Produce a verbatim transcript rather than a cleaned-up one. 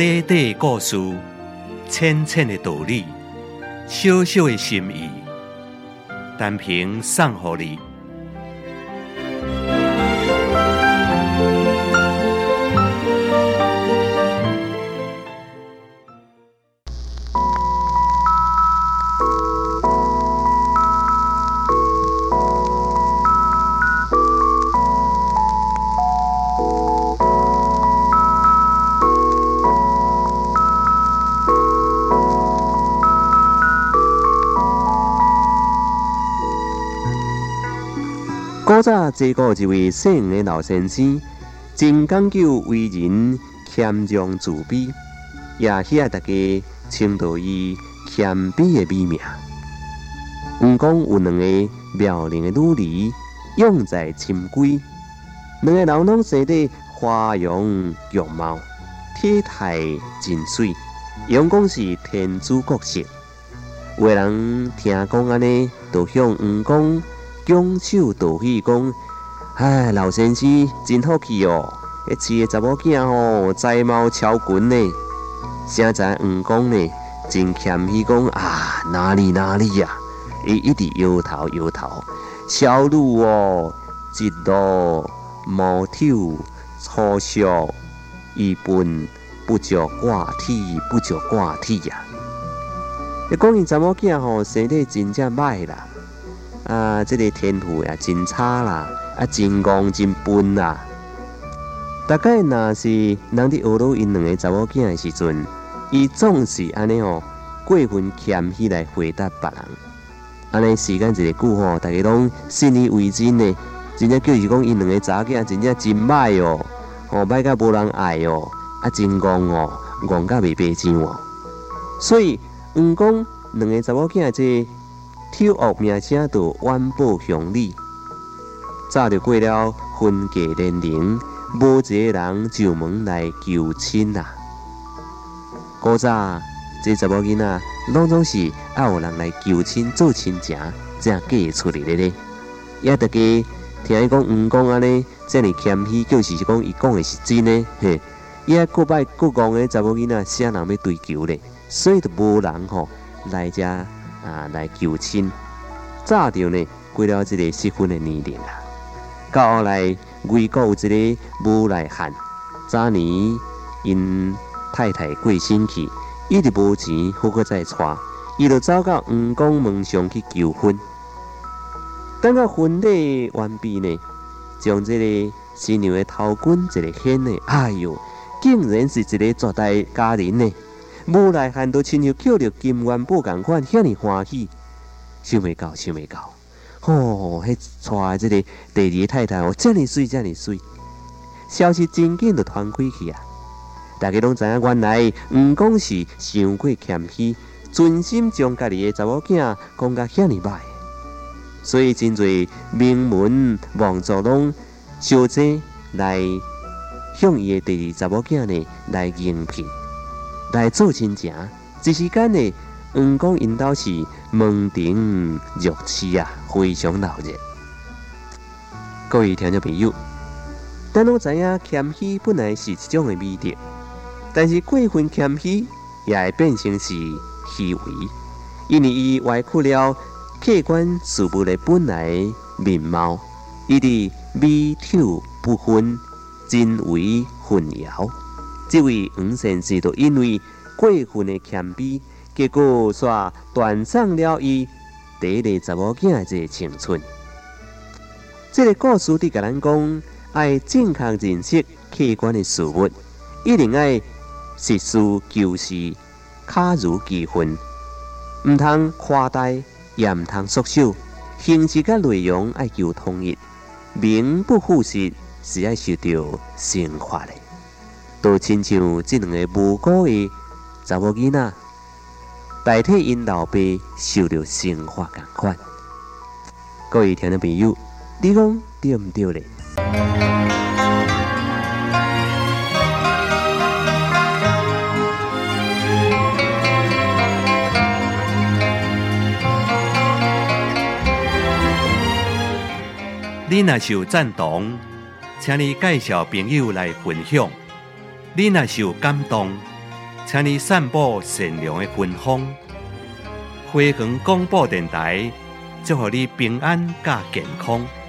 短短的故事，浅浅的道理，小小的心意，单凭送予你。 古早坐过一位姓黄的老先生，真讲究为人谦让自卑，也遐大家称道伊谦卑的美名。黄公有两个妙龄的女儿，养在深闺，两个人拢生得花容玉貌，体态真水，杨公是天姿国色。有个人听讲安尼，就向黄公拱手道喜，讲：哎，老先生真好气哦！迄饲的查某囝吼，才貌超群呢。啥知黄公呢，真谦虚讲：啊，哪里哪里呀、啊！伊一直摇头摇头。小女哦，一路毛头粗俗，伊本不着挂体，不着挂体呀。你讲伊查某囝吼，生得真正歹啦。啊，这个天赋也真差啦，啊，真戆真笨啦。大概若是人伫学老因两个查某囝的时阵，伊总是安尼哦，过分谦虚来回答别人。安尼时间一个久吼，大家拢信以为真呢，真正叫是讲因两个查囝真正真歹哦，吼歹甲无人爱哦，啊真戆哦，戆甲袂白上哦。所以黄公两个查某囝这跳恶名声就远播乡里，早就过了婚嫁年龄，无一个人上门来求亲啊。古早这查某囡仔拢总是要有人来求亲做亲情，才嫁出嚟的咧。也大家听伊讲黄公安尼，这么谦虚，就是讲伊讲的是真的嘿。也各摆各讲的查某囡仔，啥人要追求咧，所以就无人吼来遮。啊，来求亲，早着呢过了这个适婚的年龄啦。到后来，魏国有一个无赖汉，早年因太太过身去，一直无钱，好搁再娶，伊就走到黄公门上去求婚。等到婚礼完毕呢，将这个新娘的头巾一个掀呢，哎哟，竟然是一个绝代佳人呢！无赖汉都亲像捡着金元宝同款，遐尼欢喜，想袂到，想袂到，吼、哦，迄娶这个第二个太太哦，遮尼水，遮尼水，消息真紧就传开去啊！大家拢知影，原来黄公是伤过谦虚，存心将家己的查某囝讲甲遐尼歹，所以真侪名门望族拢小姐来向伊的第二查某囝呢来应聘。来做亲情，一时间呢，黄公因兜是门庭若市啊，非常闹热。各位听众朋友，咱拢知影谦虚本来是一种的美德，但是过分谦虚也会变成是虚伪，因为伊歪曲了客观事物的本来面貌，伊伫美丑不分，真伪混淆。这位黄先生就因为过分的谦卑，结果煞断送了伊第一个查某囝的这个青春。这个故事伫甲咱讲，爱正确认识客观的事物，一定爱实事求是，恰如其分，唔通夸大，也唔通缩小，形式甲内容爱求统一，名不副实是爱受到惩罚的。都亲像这两个无辜的查某囡仔，代替因老爸受到惩罚同款。各位听众朋友，你讲对唔对咧？ 你若是有赞同，请你介绍朋友来分享；你若是有感动， 请你散布善良的芬芳。花园广播电台，祝福你平安加健康。